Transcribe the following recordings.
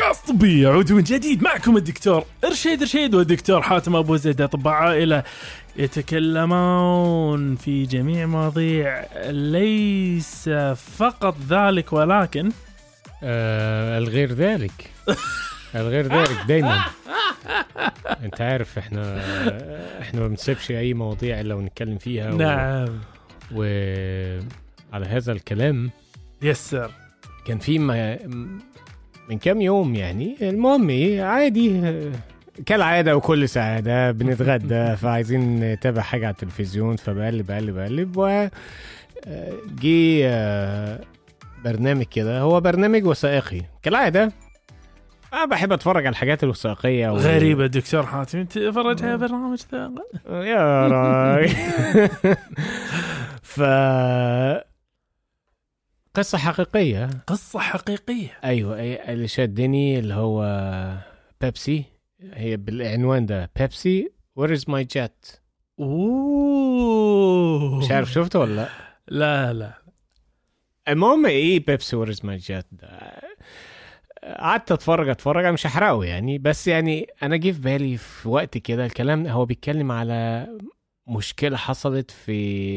بودكاست طبي يعود من جديد. معكم الدكتور إرشيد والدكتور حاتم أبو زيد، أطباء عائلة يتكلمون في جميع مواضيع، ليس فقط ذلك ولكن الغير ذلك. الغير ذلك دايما. انت عارف احنا ما بنسيبش اي مواضيع الا ونتكلم فيها. نعم. وعلى هذا الكلام يسر كان في من كام يوم، يعني المهم ايه، عادي كالعادة وكل سعادة بنتغدى فعايزين نتابع حاجة على التلفزيون، فبقلب وجي برنامج كده، هو برنامج وثائقي كالعادة. أنا بحب أتفرج على الحاجات الوثائقية غريبة. دكتور حاتم تفرج على برنامج ثائقي يا راي. قصة حقيقية. أيوة، اللي شدني اللي هو بيبسي، هي بالعنوان ده بيبسي Where is my jet. مش عارف شفته ولا لا. المهم ايه بيبسي Where is my jet ده، قعدت اتفرج، مش هحرقه يعني، بس يعني انا جه في بالي في وقت كده الكلام هو بيتكلم على مشكلة حصلت في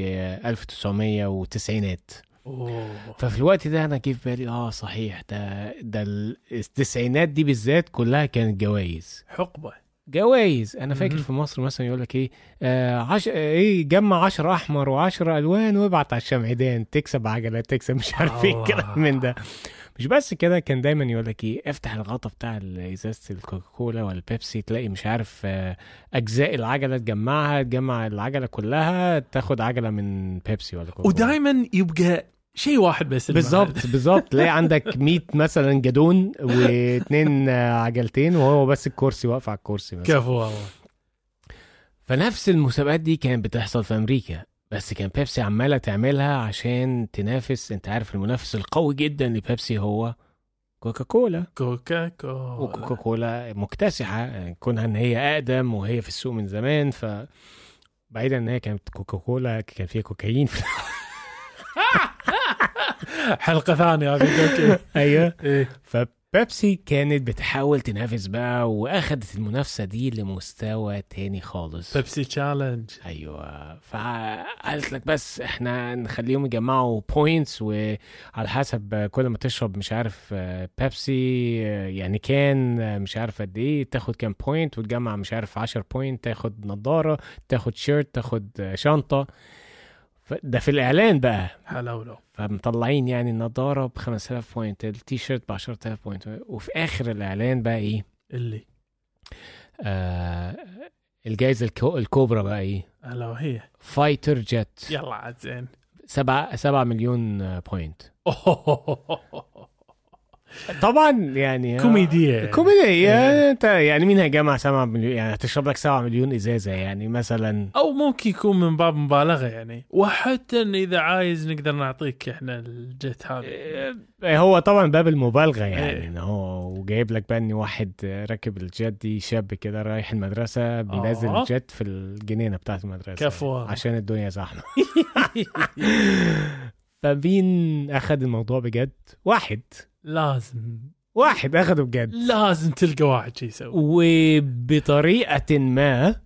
1990. ففي الوقت ده انا جه في بالي صحيح ده التسعينات دي بالذات كلها كانت جوائز. انا فاكر في مصر مثلا يقول لك جمع 10 احمر و10 الوان وابعت على الشمعدان تكسب عجله، تكسب مش عارف ايه الكلام من ده. مش بس كده، كان دايما يقول لك افتح الغطا بتاع ازازه الكوكاكولا ولا البيبسي، تلاقي مش عارف اجزاء العجله، تجمع العجله كلها، تاخد عجله من بيبسي ولا كوكاكولا. ودايما يبقى شيء واحد بس. بالظبط تلاقي عندك 100 مثلا جدون و2 عجلتين، وهو بس الكرسي واقف على الكرسي مثلا. كفو والله. فنفس المسابقات دي كانت بتحصل في امريكا، بس كان بيبسي عمالة تعملها عشان تنافس. انت عارف المنافس القوي جدا لبيبسي هو كوكاكولا. وكوكاكولا مكتسحة كونها ان هي اقدم وهي في السوق من زمان، فبعيدا ان هي كانت كوكاكولا كان فيها كوكايين في حلقة ثانية هذه. ايوه. فبيبسي كانت بتحاول تنافس بقى، واخدت المنافسة دي لمستوى تاني خالص، بيبسي تشالنج. ايوه. فقالت لك بس احنا نخليهم يجمعوا بوينتس، وعلى حسب كل ما تشرب مش عارف بيبسي يعني كان مش عارف قد ايه تاخد كام بوينت، وتجمع مش عارف 10 بوينت تاخد نظارة، تاخد شيرت، تاخد شنطة. ده في الإعلان بقى حلو. فمطلعين يعني النظارة ب5000 بوينت، التيشيرت ب10,000 بوينت، وفي آخر الإعلان بقى إيه اللي الجائزة الكوبرا بقى إيه؟ ألا وهي فايتر جيت. يلا عاد زين. 7 مليون بوينت. طبعا يعني كوميديا. انت يعني مين هيجمع 7 مليون؟ يعني هتشرب لك 7 مليون ازازه يعني مثلا، او ممكن يكون من باب مبالغه يعني. وحتى إن اذا عايز نقدر نعطيك احنا الجت هذا. هو طبعا باب المبالغه يعني انه هو جايب لك بقى ان واحد راكب الجت دي، شاب كده رايح المدرسه بنازل الجت في الجنينه بتاعت المدرسه كفو عشان الدنيا زحمه. فمين اخذ الموضوع بجد؟ واحد أخده بجد. لازم تلقى واحد شي يسوي، وبطريقة ما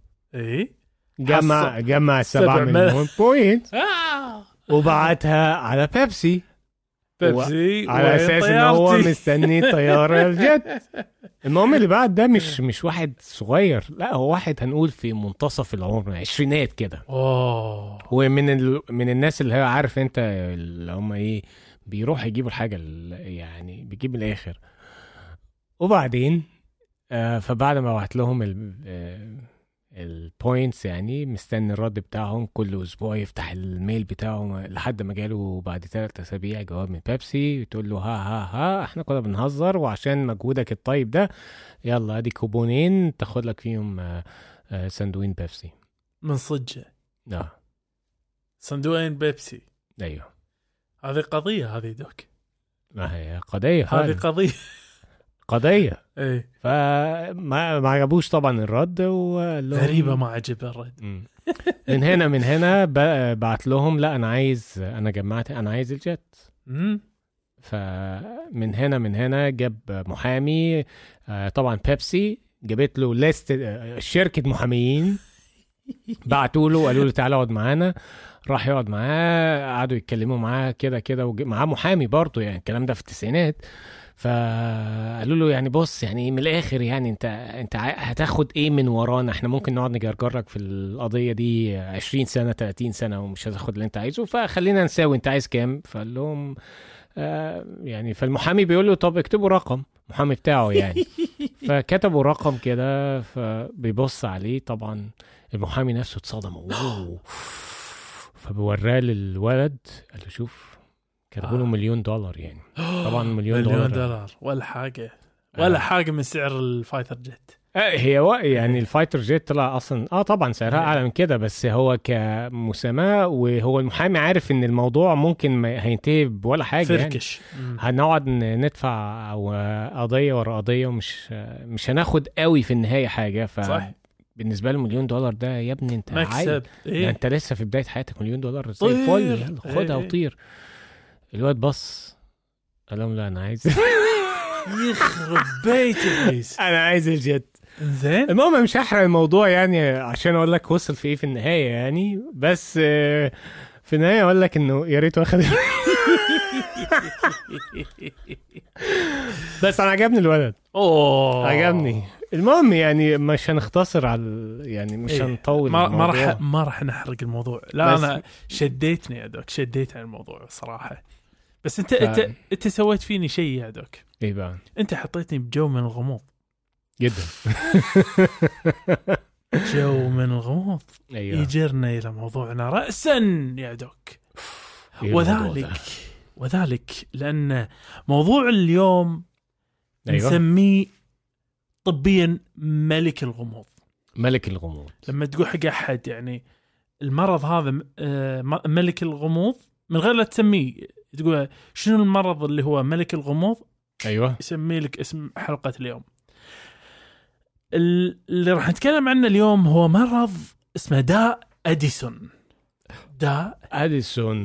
جمع 7 مليون بوينت وبعتها على بيبسي على أساس إنه هو مستني طيارة الجت. المهم اللي بعد ده مش واحد صغير، لا هو واحد هنقول في منتصف العمر، 20 كده. ومن الناس اللي هي عارف انت اللي هم بيروح يجيبوا الحاجة يعني بيجيب الآخر. وبعدين فبعد ما بعت لهم البوينتس يعني مستني الرد بتاعهم، كل أسبوع يفتح الميل بتاعهم لحد ما جاله بعد 3 أسابيع جواب من بيبسي تقول له ها احنا كنا بنهزر، وعشان مجهودك الطيب ده يلا ادي كوبونين تاخد لك فيهم صندوقين بيبسي من صجة. صندوقين بيبسي. ايوه هذه قضية، هذه دوك، ما هي قضية، هذه قضية. ايه. فما عجبوش طبعا الرد، غريبة ما عجب الرد. من هنا بعت لهم لا انا عايز الجت. فمن هنا جاب محامي. طبعا بيبسي جابت له ليست شركة محاميين، بعتوا له قالوا له تعالى اقعد معانا. راح يقعد معاه، قعدوا يتكلموا معاه كده ومعاه محامي برضه، يعني الكلام ده في التسعينات. فقالوا له يعني بص، يعني من الاخر يعني انت هتاخد ايه من ورانا؟ احنا ممكن نقعد نجرجرك في القضيه دي 20 سنه 30 سنه ومش هتاخد اللي انت عايزه، فخلينا نساوي، انت عايز كام؟ فقال لهم يعني. فالمحامي بيقول له طب اكتبوا رقم، محامي بتاعه يعني. فكتبوا رقم كده، فبيبص عليه طبعا المحامي نفسه اتصدم. اوه. فبوراه للولد قال له شوف، كتبوا له $1,000,000 يعني. طبعا $1,000,000 ولا حاجه، ولا حاجه من سعر الفايتر جيت. هي يعني الفايتر جيت طلع اصلا طبعا سعرها اعلى من كده، بس هو كمساماه، وهو المحامي عارف ان الموضوع ممكن ما هينتهي بولا حاجه فركش. يعني. هنقعد ندفع او قضيه ورا قضيه، ومش هناخد قوي في النهايه حاجه. صح. بالنسبه له $1,000,000 ده يا ابني انت مكسب. إيه؟ انت لسه في بدايه حياتك، $1,000,000 زي الفل، خدها وطير. الواد بص قال لهم لا انا عايز يخرب بيتك انا عايز الجيت. زين. المهم مش هحرق الموضوع يعني عشان اقول لك وصل في ايه في النهايه يعني، بس في النهايه اقول لك انه يا ريت واخد بس انا عجبني الولد. عجبني. المهم يعني مش هنختصر على يعني مش هنطول ما راح نحرق الموضوع. لا انا شديتني يا دوك، شديت عن الموضوع صراحه. بس انت سويت فيني شيء يا دوك. ايه بقى؟ انت حطيتني بجو من الغموض جدا. جو من الغموض. أيوة. يجرنا الى موضوعنا رأسا يا دوك. وذلك لان موضوع اليوم نسميه طبيا ملك الغموض. ملك الغموض. لما تقول حق احد يعني المرض هذا ملك الغموض، من غير لا تسميه، تقول شنو المرض اللي هو ملك الغموض، ايوه يسمي لك اسم حلقة اليوم. اللي راح نتكلم عنه اليوم هو مرض اسمه داء أديسون. داء أديسون.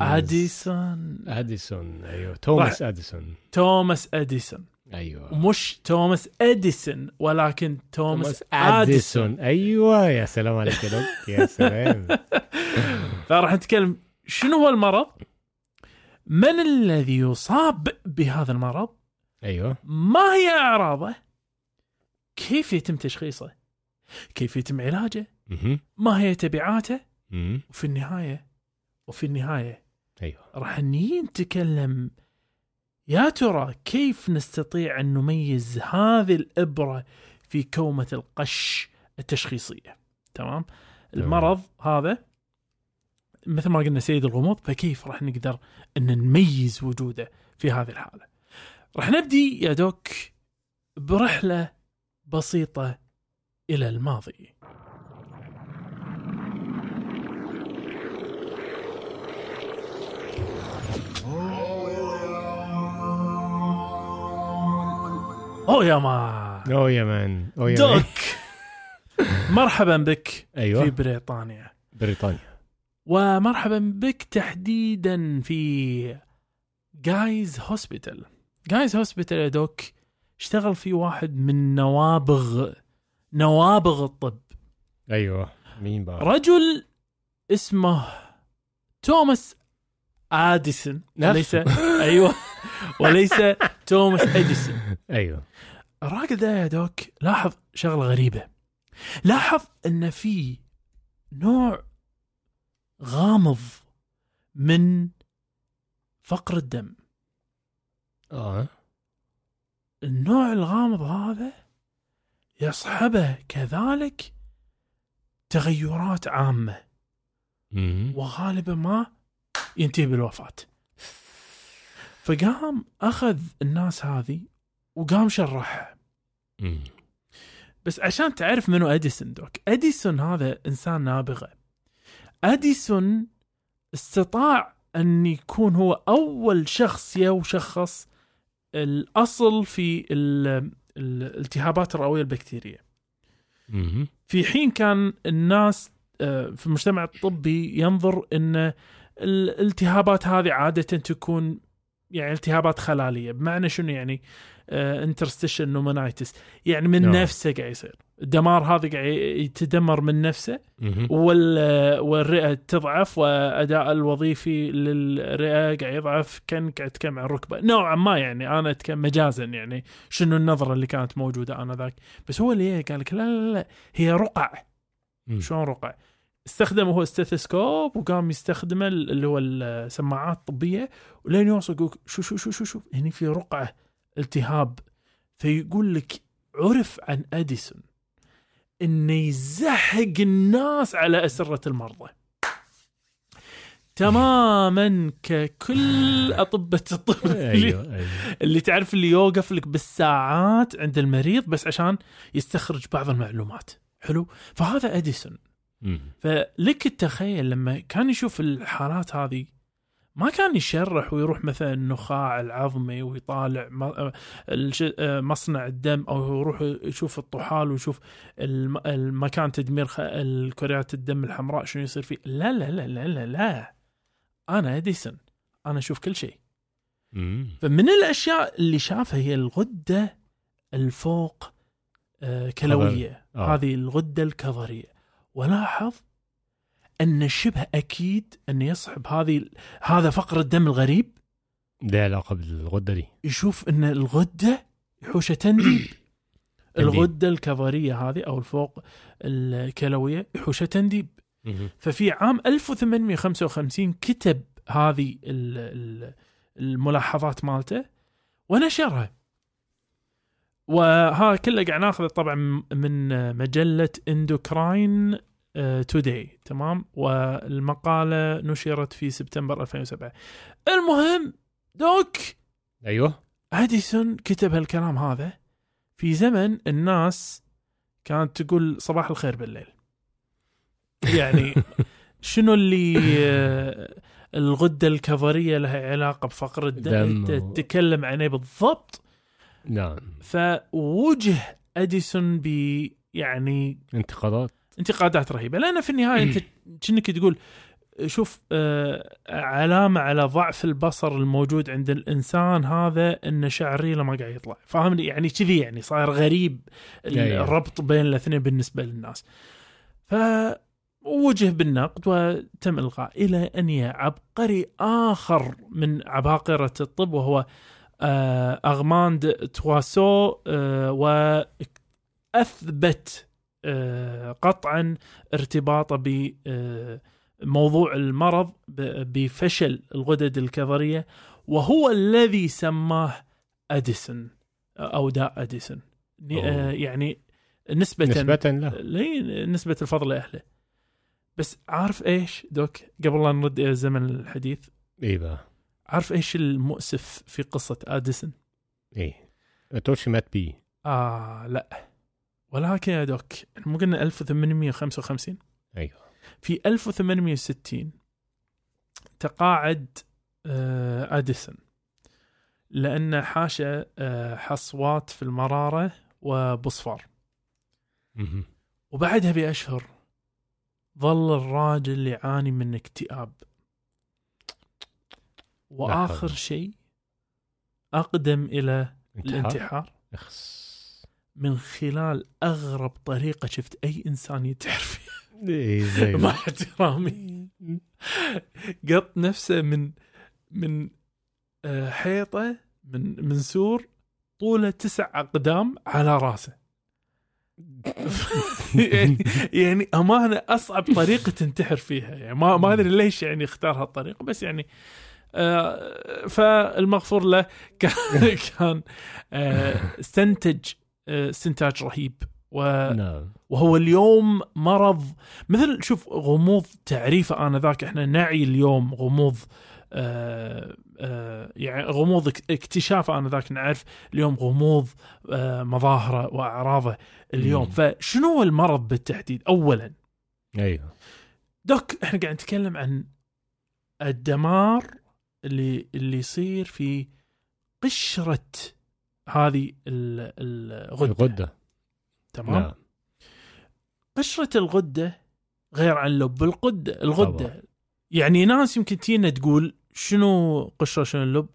ايوه توماس أديسون. ايوه مش توماس أديسون ولكن توماس أديسون. ايوه يا سلام عليك يا سلام. فراح نتكلم شنو هو المرض، من الذي يصاب بهذا المرض، ايوه ما هي أعراضه، كيف يتم تشخيصه، كيف يتم علاجه، ما هي تبعاته، وفي النهاية ايوه راح نتكلم يا ترى كيف نستطيع أن نميز هذه الإبرة في كومة القش التشخيصية. تمام. المرض هذا مثل ما قلنا سيد الغموض، فكيف راح نقدر أن نميز وجوده في هذه الحالة. راح نبدي يا دوك برحلة بسيطة إلى الماضي. يا مان دوك. مرحبا بك. أيوة. في بريطانيا. ومرحبا بك تحديدا في جايز هوسبيتال يا دوك. اشتغل في واحد من نوابغ الطب. ايوه مين بقى؟ رجل اسمه توماس أديسون. وليس توماس أديسون. ايوه. الراجل ده يا دوك لاحظ شغلة غريبة. لاحظ ان في نوع غامض من فقر الدم. النوع الغامض هذا يصحبه كذلك تغيرات عامة، وغالبا ما ينتهي بالوفاة. فقام أخذ الناس هذه وقام شرحها. بس عشان تعرف منو أديسون دوك. أديسون هذا إنسان نابغة. أديسون استطاع أن يكون هو أول شخص يشخص الأصل في الالتهابات الرئوية البكتيرية. في حين كان الناس في المجتمع الطبي ينظر أن الالتهابات هذه عادة تكون يعني التهابات خلاليه. بمعنى شنو يعني انترستيشن نومونايتس، يعني من نفسه قاعد يصير الدمار هذا، قاعد يتدمر من نفسه، والرئه تضعف، واداء الوظيفي للرئه قاعد يضعف، كان قاعد يتكلم عن الركبه نوعا ما. يعني انا اتكلم مجازا، يعني شنو النظره اللي كانت موجوده انا ذاك. بس هو اللي قال لك لا هي رقع. شلون رقع؟ استخدم هو استثسكوب، وقام يستخدمه اللي هو السماعات الطبيه، ولين يوصل يقول شو هني في رقعه التهاب. فيقول لك عرف عن أديسون إنه يزحق الناس على أسرة المرضى تماما ككل أطباء الطب. اللي تعرف اللي يوقف لك بالساعات عند المريض بس عشان يستخرج بعض المعلومات. حلو. فهذا أديسون. فلك التخيل لما كان يشوف الحالات هذه، ما كان يشرح ويروح مثلا النخاع العظمي ويطالع مصنع الدم، أو يروح يشوف الطحال ويشوف المكان تدمير الكريات الدم الحمراء شنو يصير فيه. لا لا لا لا لا لا، أنا أديسون، أنا أشوف كل شيء. فمن الأشياء اللي شافها هي الغدة الفوق كلوية، هذه الغدة الكظرية. ولاحظ أن شبه أكيد أن يصحب هذا فقر الدم الغريب ده علاقة بالغدة دي. يشوف أن الغدة يحوشة تنديب. الغدة الكظرية هذه أو الفوق الكلوية يحوشة تنديب. ففي عام 1855 كتب هذه الملاحظات مالته ونشرها، وها كله قاعد ناخذه طبعا من مجلة اندوكراين توداي. تمام. والمقالة نشرت في سبتمبر 2007. المهم دوك، أيوه، أديسون كتب هالكلام هذا في زمن الناس كانت تقول صباح الخير بالليل. يعني شنو اللي الغدة الكظرية لها علاقة بفقر الدم تتكلم عنه بالضبط. نعم. فوجه أديسون يعني انتقادات رهيبة، لأن في النهاية أنت كأنك تقول شوف علامة على ضعف البصر الموجود عند الإنسان هذا إن شعري لما قاعد يطلع. فاهمني؟ يعني كذي، يعني صار غريب الربط بين الاثنين بالنسبة للناس. فوجه بالنقد وتم إلغاء، إلى أن عبقري آخر من عباقرة الطب وهو أغماند تواسو، وأثبت قطعا ارتباطه بموضوع المرض بفشل الغدد الكظرية، وهو الذي سماه أديسون أو داء أديسون. يعني نسبة له، نسبة الفضل لأهله. بس عارف إيش دوك، قبل لا نرد إلى زمن الحديث، إيه بقى، عارف إيش المؤسف في قصة أديسون؟ إيه، أتوشي مات بي. لا، ولكن يا دوك مو قلنا 1855؟ أيوه. في 1860 تقاعد أديسون لأن حاشا حصوات في المرارة وبصفار. وبعدها بأشهر ظل الراجل يعاني من اكتئاب، وآخر شيء أقدم إلى الانتحار من خلال أغرب طريقة شفت أي إنسان ينتحر فيها. مع احترامي، قط نفسه من حيطة من سور طوله 9 أقدام على راسه. يعني أمانة أصعب طريقة تنتحر فيها. يعني ما أدري ليش يعني اختار هالطريقة، بس يعني فالمغفور له كان استنتج استنتاج رهيب. وهو اليوم مرض مثل، شوف، غموض تعريفه أنا ذاك احنا نعي اليوم غموض، يعني غموض اكتشافه أنا ذاك نعرف اليوم غموض مظاهره وأعراضه اليوم. فشنو هو المرض بالتحديد أولا؟ أيوه دوك، احنا قاعد نتكلم عن الدمار اللي يصير في قشرة هذه الغدة. تمام. نعم. قشرة الغدة غير عن لب الغدة. يعني ناس يمكن تينا تقول شنو قشرة شنو اللب.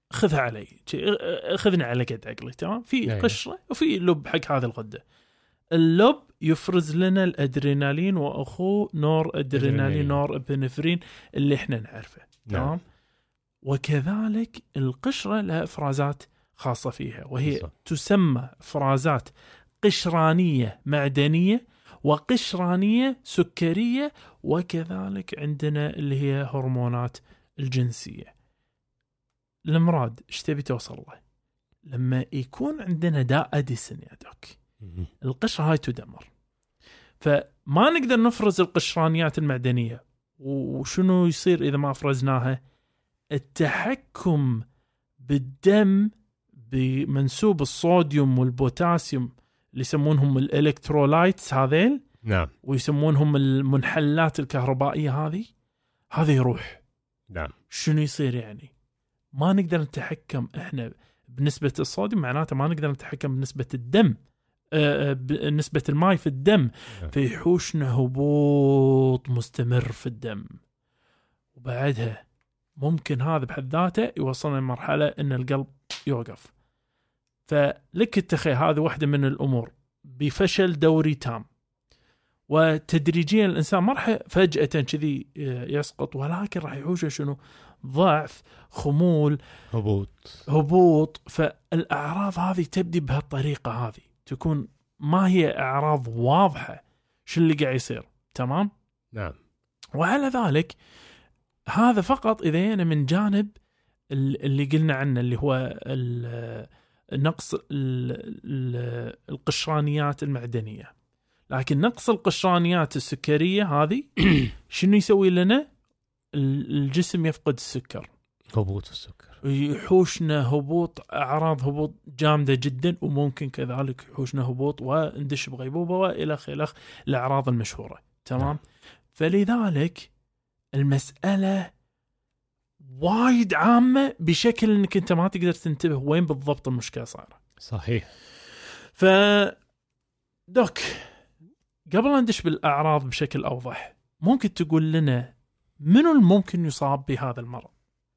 خذها علي، خذني على قد عقلي. تمام. في قشرة وفي لب حق هذه الغدة. اللب يفرز لنا الأدرينالين وأخوه نور أدرينالين، نور إبنفرين اللي احنا نعرفه. تمام. وكذلك القشرة لها إفرازات خاصة فيها، وهي تسمى إفرازات قشرانية معدنية وقشرانية سكرية، وكذلك عندنا اللي هي هرمونات الجنسية. المراد ايش تبي توصل له؟ لما يكون عندنا داء أديسون يا دوك، القشرة هاي تدمر، فما نقدر نفرز القشرانيات المعدنية. وشنو يصير إذا ما أفرزناها؟ التحكم بالدم بمنسوب الصوديوم والبوتاسيوم اللي يسمونهم الإلكترولايتس هذيل، نعم، ويسمونهم المنحلات الكهربائية هذه يروح. نعم. شنو يصير يعني؟ ما نقدر نتحكم احنا بنسبة الصوديوم، معناته ما نقدر نتحكم بنسبة الدم، بنسبة الماء في الدم، فيحوشنا هبوط مستمر في الدم، وبعدها ممكن هذا بحد ذاته يوصلنا لمرحلة ان القلب يوقف. فلك التخيل هذه واحدة من الأمور بفشل دوري تام، وتدريجيا الإنسان ما راح فجأة كذي يسقط، ولكن راح يحوشه شنو؟ ضعف، خمول، هبوط. فالأعراض هذه تبدي بهالطريقة هذه، تكون ما هي أعراض واضحة شو اللي قاعد يصير. تمام. نعم. وعلى ذلك هذا فقط إذا أنا من جانب اللي قلنا عنه اللي هو نقص القشرانيات المعدنية. لكن نقص القشرانيات السكرية هذه شنو يسوي لنا؟ الجسم يفقد السكر، هبوط السكر، يحوشنا هبوط، أعراض هبوط جامدة جدا، وممكن كذلك يحوشنا هبوط وندش بغيبوبة وإلخ الأعراض المشهورة. تمام. فلذلك المسألة وايد عامة بشكل انك انت ما تقدر تنتبه وين بالضبط المشكلة صايرة. صحيح. دوك قبل أن ندش بالأعراض بشكل أوضح، ممكن تقول لنا منو الممكن يصاب بهذا المرض؟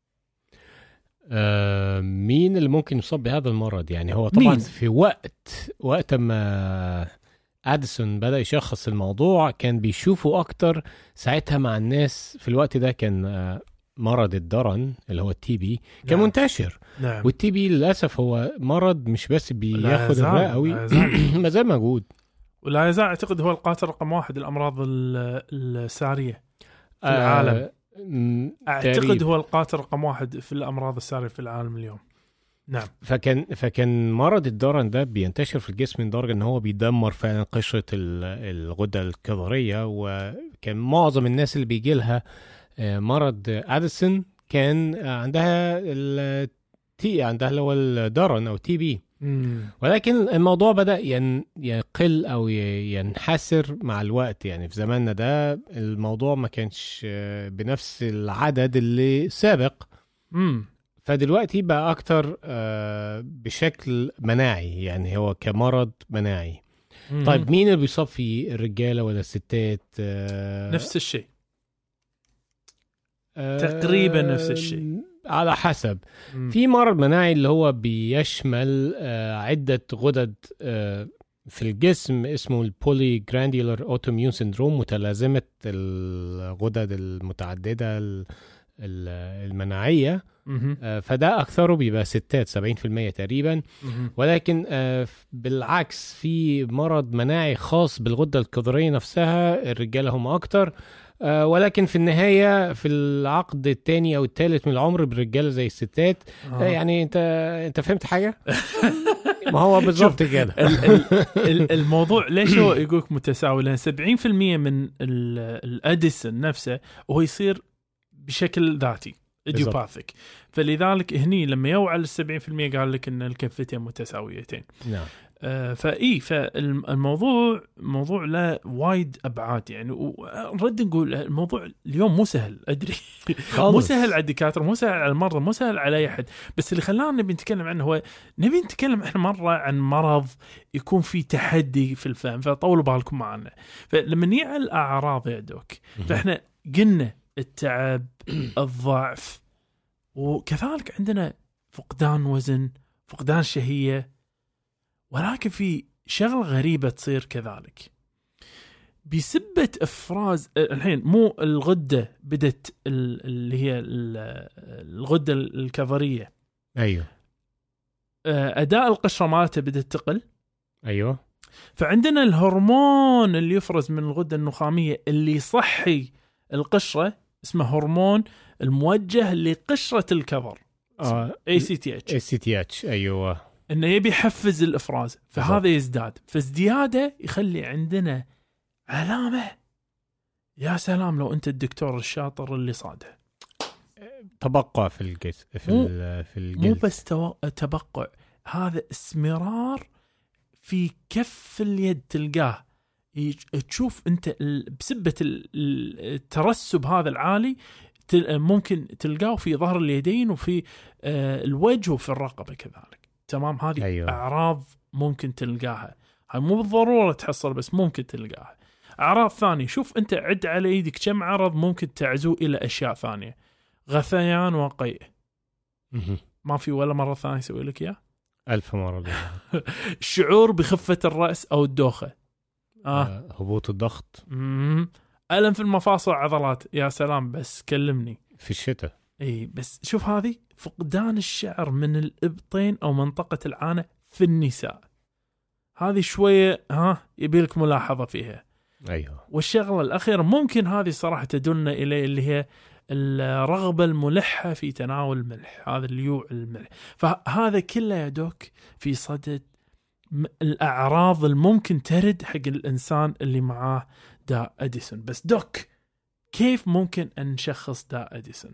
مين اللي ممكن يصاب بهذا المرض؟ يعني هو طبعا مين؟ في وقت ما أديسون بدأ يشخص الموضوع كان بيشوفه أكتر ساعتها مع الناس. في الوقت ده كان مرض الدرن اللي هو التي بي كان منتشر. نعم. والتي بي للأسف هو مرض مش بس بياخد الرئوي، ما زال موجود، ولا يزال أعتقد هو القاتل رقم 1 الأمراض السارية في العالم. أعتقد هو القاتل رقم 1 في الأمراض السارية في العالم اليوم. نعم. فكان مرض الدرن ده بينتشر في الجسم لدرجة ان هو بيدمر فعلا قشرة الغدة الكظرية. وكان معظم الناس اللي بيجي لها مرض أديسون كان عندها عندها اللي هو الدرن او تي بي. ولكن الموضوع بدأ يقل او ينحسر مع الوقت. يعني في زماننا ده الموضوع ما كانش بنفس العدد اللي سابق. فدلوقتي بقى أكتر بشكل مناعي، يعني هو كمرض مناعي. طيب مين اللي بيصاب فيه، الرجالة ولا الستات؟ نفس الشيء تقريبا نفس الشيء على حسب. في مرض مناعي اللي هو بيشمل عدة غدد في الجسم اسمه البولي جرانديولار اوتوميون سيندروم، متلازمة الغدد المتعددة المناعية. فده أكثره بيبقى ستات 70% تقريبا. ولكن بالعكس في مرض مناعي خاص بالغدة الكظرية نفسها، الرجال هم أكتر. ولكن في النهاية في العقد الثاني أو الثالث من العمر بالرجال زي الستات. يعني أنت فهمت حاجة؟ ما هو بالضبط كده. الموضوع ليش هو يقولك متساوي؟ لأن 70% من الأديسون نفسه وهو يصير بشكل ذاتي إديوباثيك. فلذلك هني لما يوعى 70% قال لك إن الكفتين متساويتين. نعم. فالموضوع موضوع لا وايد أبعاد يعني. ونرد نقول الموضوع اليوم مو سهل، أدري مو سهل على الدكاترة، مو سهل على المرضى، مو سهل على أي أحد. بس اللي خلانا نبي نتكلم عنه هو نبي نتكلم إحنا مرة عن مرض يكون فيه تحدي في الفهم، فطولوا بالكم معنا. فلما نيجي الأعراض يا دوك، فإحنا قلنا التعب، الضعف، وكذلك عندنا فقدان وزن، فقدان شهية. ولكن في شغلة غريبة تصير كذلك بسبة إفراز. الحين مو الغدة بدت اللي هي الغدة الكظرية، أيوه، أداء القشرة مالته بدت تقل. أيوه. فعندنا الهرمون اللي يفرز من الغدة النخامية اللي يصحي القشرة اسمه هرمون الموجه لقشرة الكظر، ACTH. أيوه، إنه يبي يحفز الإفراز، فهذا يزداد. فازدياده يخلي عندنا علامة. يا سلام لو أنت الدكتور الشاطر اللي صاده. تبقع في الجسم، في الجلد. مو بس تبقع، هذا اسمرار في كف اليد. تلقاه تشوف أنت بسبة الترسب هذا العالي، ممكن تلقاه في ظهر اليدين وفي الوجه وفي الرقبة كذلك. تمام، هذه أيوة. أعراض ممكن تلقاها. هاي مو بالضرورة تحصل، بس ممكن تلقاها. أعراض ثانية، شوف أنت عد على إيدك كم عرض ممكن تعزو إلى أشياء ثانية. غثيان وقيء، ما في ولا مرة ثانية يسوي لك إياه؟ 1000 مرة. الشعور بخفة الرأس أو الدوخة، هبوط الضغط، ألم في المفاصل عضلات. يا سلام، بس كلمني في الشتاء. اي بس شوف، هذه فقدان الشعر من الإبطين أو منطقة العانة في النساء. هذه شوية يبيلك ملاحظة فيها. أيوه. والشغلة الأخيرة ممكن هذه صراحة تدلنا إليه، اللي هي الرغبة الملحة في تناول الملح، هذا الليوع الملح. فهذا كله يا دوك في صدد الأعراض الممكن ترد حق الإنسان اللي معاه داء أديسون. بس دوك، كيف ممكن أن نشخص داء أديسون؟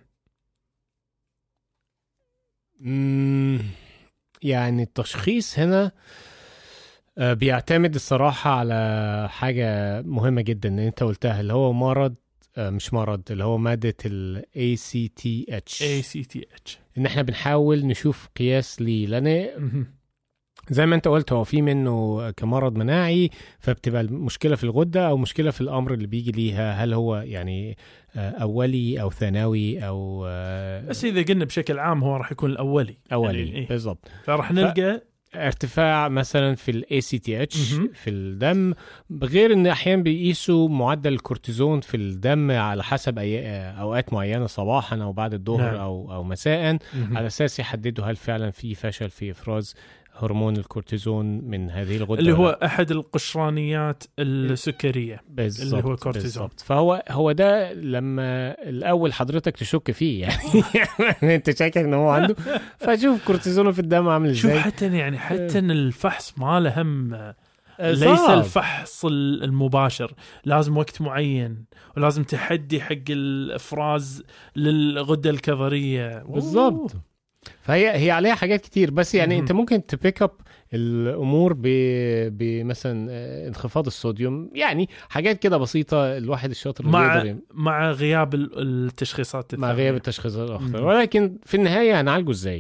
يعني التشخيص هنا بيعتمد الصراحة على حاجة مهمة جدا ان انت قلتها، اللي هو مرض، مش مرض، اللي هو مادة ال ACTH. ان احنا بنحاول نشوف قياس ليه، لان زي ما انت قلت هو في منه كمرض مناعي، فبتبقى المشكلة في الغدة او مشكلة في الامر اللي بيجي ليها، هل هو يعني اولي او ثانوي او بس اذا قلنا بشكل عام هو راح يكون الاولي يعني بالضبط. فراح نلقى ارتفاع مثلا في ال ACTH في الدم، بغير ان احيانا بيقيسوا معدل الكورتيزون في الدم على حسب اوقات معينة، صباحا او بعد الظهر. نعم. او مساء، على اساس يحددوا هل فعلا في فشل في افراز هرمون الكورتيزون من هذه الغدة، اللي هو أحد القشرانيات السكرية بالزبط. اللي هو الكورتيزون. فهو ده لما الأول حضرتك تشك فيه يعني أنت شاكك إنه هو عنده، فشوف كورتيزونه في الدم عامل إزاي. شوف حتى الفحص ما له هم، ليس الفحص المباشر، لازم وقت معين ولازم تحدي حق الإفراز للغدة الكظرية بالضبط. فهي عليها حاجات كتير، بس يعني انت ممكن تبيك اب الامور بمثلا انخفاض الصوديوم، يعني حاجات كده بسيطه الواحد الشاطر مع غياب التشخيصات الثانية. مع غياب التشخيصات الاخرى. ولكن في النهايه هنعالجه ازاي؟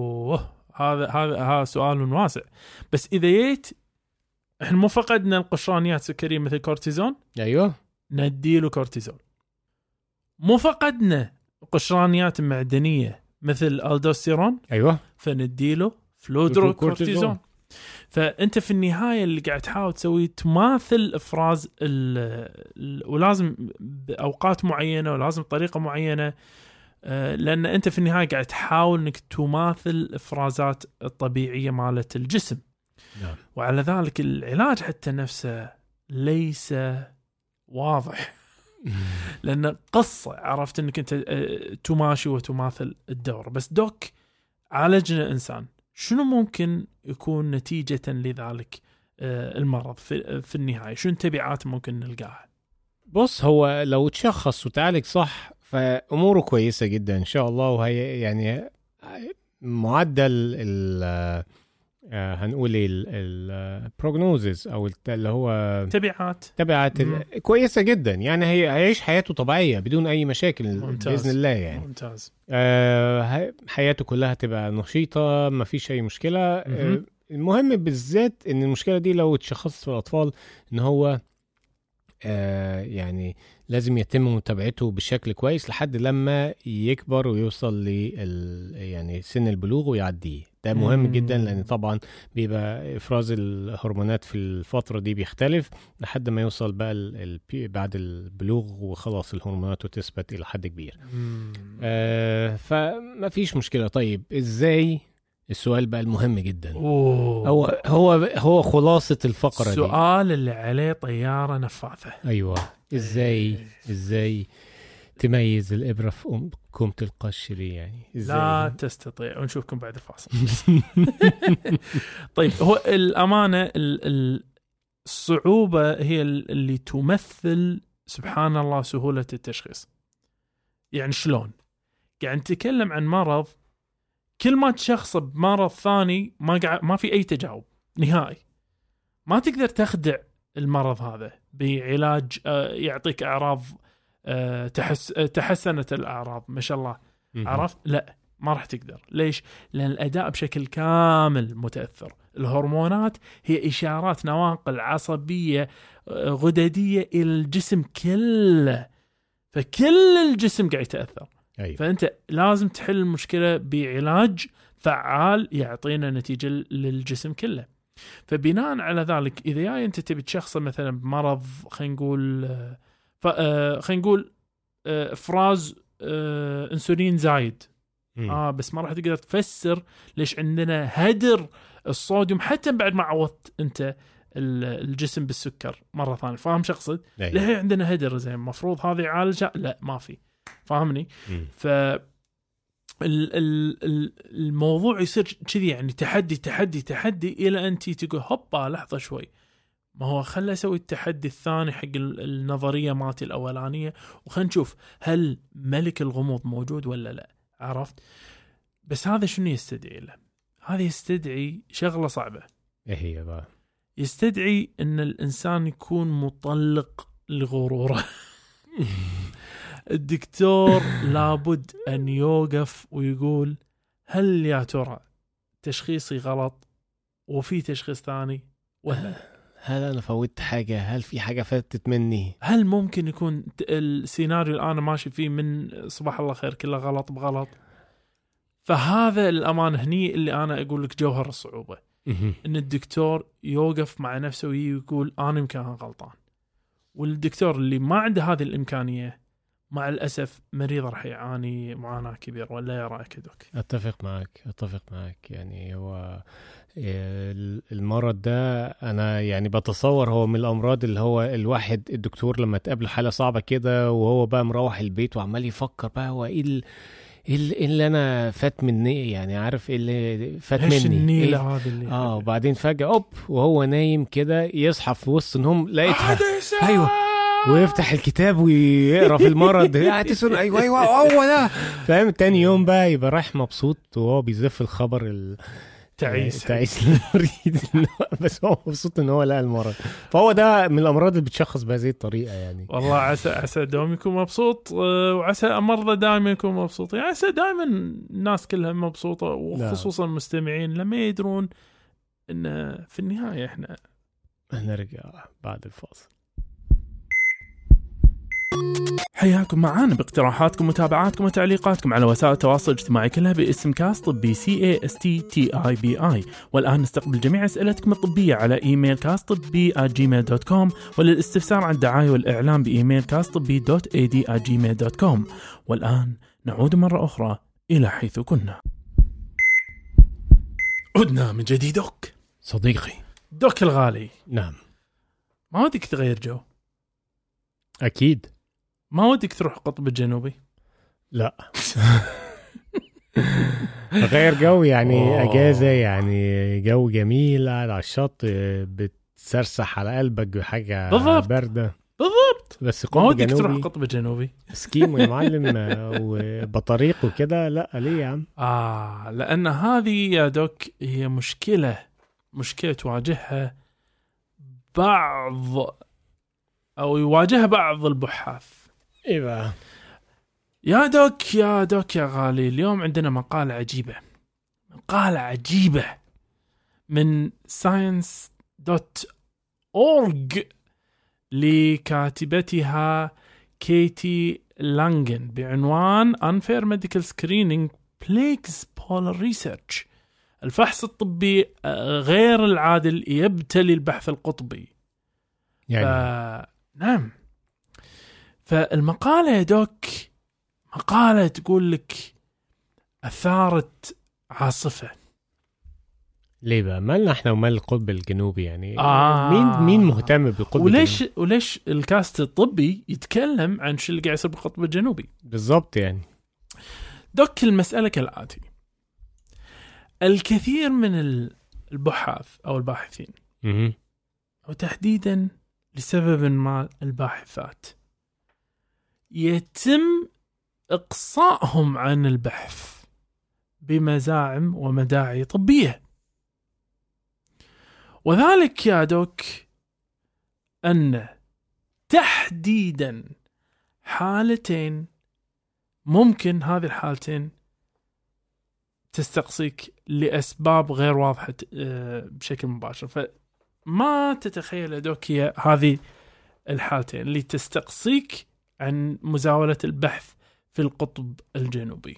هذا سؤال واسع. بس اذا جيت احنا مو فقدنا القشرانيات السكريه مثل كورتيزون، ايوه نديله كورتيزون. مو فقدنا قشرانيات معدنيه مثل الالدوستيرون، ايوه، فنديله فلودروكورتيزون. فانت في النهايه اللي قاعد تحاول تسوي تماثل افراز ولازم باوقات معينه ولازم طريقه معينه، لان انت في النهايه قاعد تحاول انك تماثل الافرازات الطبيعيه مالت الجسم. نعم. وعلى ذلك العلاج حتى نفسه ليس واضح لأن قصة عرفت أنك أنت تماشي وتماثل الدور. بس دوك، عالجنا إنسان، شنو ممكن يكون نتيجة لذلك المرض في النهاية؟ شنو التبعات ممكن نلقاها؟ بص، هو لو تشخص وتعالج صح فأموره كويسة جدا إن شاء الله. وهي يعني معدل هنقول البروجنوزيس او اللي هو تبعات كويسه جدا، يعني هيعيش حياته طبيعيه بدون اي مشاكل. ممتاز. باذن الله يعني ممتاز. حياته كلها تبقى نشيطه، ما فيش اي مشكله. المهم بالذات ان المشكله دي لو اتشخصت في الاطفال ان هو يعني لازم يتم متابعته بشكل كويس لحد لما يكبر ويوصل يعني سن البلوغ ويعديه. ده مهم جدا، لان طبعا بيبقى افراز الهرمونات في الفتره دي بيختلف لحد ما يوصل بقى بعد البلوغ وخلاص الهرمونات تثبت الى حد كبير. فما فيش مشكله. طيب ازاي؟ السؤال بقى المهم جدا. هو خلاصة الفقرة دي. السؤال اللي عليه طيارة نفاثة. أيوة. إزاي تميز الإبرة في كومة القش دي يعني؟ إزاي؟ لا تستطيع. ونشوفكم بعد الفاصل. طيب، هو الأمانة الصعوبة هي اللي تمثل سبحان الله سهولة التشخيص. يعني شلون؟ يعني نتكلم عن مرض كل ما تشخص بمرض ثاني ما في أي تجاوب نهائي. ما تقدر تخدع المرض هذا بعلاج يعطيك أعراض تحسنت الأعراض ما شاء الله. عرفت؟ لا، ما راح تقدر. ليش؟ لأن الأداء بشكل كامل متأثر. الهرمونات هي إشارات نواقل عصبية غددية إلى الجسم كله، فكل الجسم قاعد يتأثر. أيوة. فأنت لازم تحل المشكلة بعلاج فعال يعطينا نتيجة للجسم كله. فبناء على ذلك إذا أنت تبي تشخص مثلا بمرض خلينا نقول إفراز أنسولين زايد، بس ما راح تقدر تفسر ليش عندنا هدر الصوديوم حتى بعد ما عوضت أنت الجسم بالسكر مرة ثانية. فاهم شخصي؟ ليه عندنا هدر؟ زين المفروض هذه عالجة؟ لا، ما في. فاهمني؟ الموضوع يصير كذي يعني تحدي إلى أن تقول هوبا لحظة شوي، ما هو خلنا أسوي التحدي الثاني حق النظرية مالتي الأولانية وخلنا نشوف هل ملك الغموض موجود ولا لا. عرفت؟ بس هذا شنو يستدعي له؟ هذا يستدعي شغلة صعبة. هي بقى يستدعي أن الإنسان يكون مطلق لغروره. الدكتور لابد أن يوقف ويقول هل يا ترى تشخيصي غلط وفي تشخيص ثاني ولا هل أنا فوتت حاجة؟ هل في حاجة فاتت مني؟ هل ممكن يكون السيناريو اللي أنا ماشي فيه من صباح الله خير كله غلط بغلط؟ فهذا الأمانة هني اللي أنا أقول لك جوهر الصعوبة، إن الدكتور يوقف مع نفسه ويقول أنا يمكن غلطان. والدكتور اللي ما عنده هذه الإمكانية مع الأسف مريض راح يعاني معاناة كبيرة. ولا يا رأيك دوك؟ أتفق معك. يعني هو المرض ده أنا يعني بتصور هو من الأمراض اللي هو الواحد الدكتور لما تقابل حالة صعبة كده وهو بقى مروح البيت وعمال يفكر بقى هو إيه اللي أنا فات مني، يعني عارف إيه اللي فات مني النيلة هذه اللي وبعدين فجأة وهو نايم كده يصحى في وسط النوم لقيتها. أيوة، ويفتح الكتاب ويقرأ في المرض. أيوة هو ده. فاهم؟ تاني يوم بقى يبقى رايح مبسوط وهو بيزف الخبر تعيس المريض. بس هو مبسوط ان هو لقى المرض. فهو ده من الامراض اللي بتشخص بهذه الطريقه يعني. والله عسى دوم يكون مبسوط، وعسى مرضى دائما يكون مبسوطين. عسى دائما الناس كلها مبسوطه، وخصوصا المستمعين لما يدرون ان في النهايه احنا نرجع بعد الفاصل. حياكم معانا باقتراحاتكم ومتابعاتكم وتعليقاتكم على وسائل التواصل الاجتماعي كلها باسم كاست طبي CASTTIBI. والآن نستقبل جميع أسئلتكم الطبية على إيميل castطبي@gmail.com، وللاستفسار عن الدعاية والإعلام بإيميل castطبي.ad@gmail.com. والآن نعود مرة أخرى إلى حيث كنا. عدنا من جديد دوك صديقي دوك الغالي. نعم. ما ودك تغير جو؟ أكيد. ما ودك تروح القطب الجنوبي؟ لا. غير جو يعني أجازة، يعني جو جميل قاعد على الشط بتسرسح على قلبك بحاجة باردة. بالضبط. بس ما ودك تروح القطب الجنوبي؟ سكيمو يا معلم وبطريق وكده. لا ليه يا عم؟ لأن هذه يا دوك هي مشكلة تواجهها يواجهها بعض البحاث. إيه بقى يا دوك يا غالي، اليوم عندنا مقالة عجيبة من science.org لكاتبتها كيتي لانجن بعنوان Unfair Medical Screening Plagues Polar Research. الفحص الطبي غير العادل يبتلي البحث القطبي. يعني نعم. فالمقالة يا دوك مقالة تقول لك أثارت عاصفة. ليه بقى مالنا احنا ومال القطب الجنوبي يعني؟ مين مهتم بالقطب الجنوبي؟ وليش الكاست الطبي يتكلم عن شو اللي قاعد يصير بالقطب الجنوبي بالضبط؟ يعني دوك المسألة كالآتي: الكثير من البحاث أو الباحثين وتحديدا لسبب ما الباحثات يتم إقصائهم عن البحث بمزاعم ومداعي طبية، وذلك يا دوك أن تحديدا حالتين ممكن هذه الحالتين تستقصيك لأسباب غير واضحة بشكل مباشر. فما تتخيل يا دوك هي هذه الحالتين اللي تستقصيك عن مزاولة البحث في القطب الجنوبي.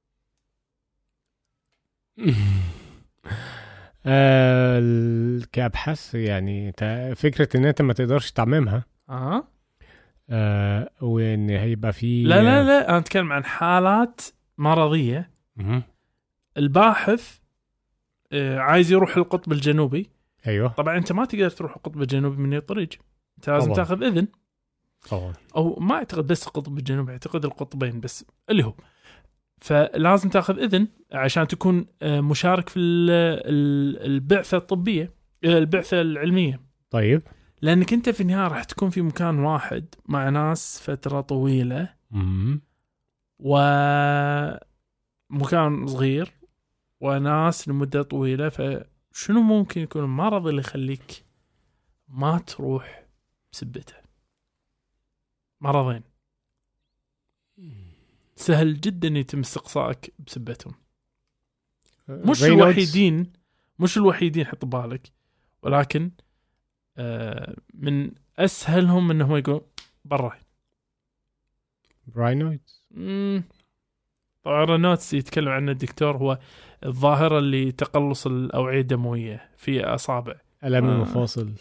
كأبحاث يعني فكرة ان انت ما تقدرش تعممها وان هيبقى في لا انا اتكلم عن حالات مرضية. الباحث عايز يروح القطب الجنوبي. ايوه طبعا انت ما تقدر تروح القطب الجنوبي من الطريق، انت لازم تاخذ اذن. او ما اعتقد بس القطب الجنوبي، اعتقد القطبين بس اللي هو، فلازم تاخذ اذن عشان تكون مشارك في البعثة الطبية، البعثة العلمية. طيب لانك انت في النهاية راح تكون في مكان واحد مع ناس فترة طويلة ومكان صغير وناس لمدة طويلة، فشنو ممكن يكون المرض اللي يخليك ما تروح بسبته؟ مرضين سهل جدا يتم استقصائك بسبتهم. مش الوحيدين حط بالك، ولكن من أسهلهم أنه يقول برا راينويدز. طبعا راينويدز يتكلم عنه الدكتور، هو الظاهرة اللي تقلص الأوعية الدموية في أصابع ألم المفاصل.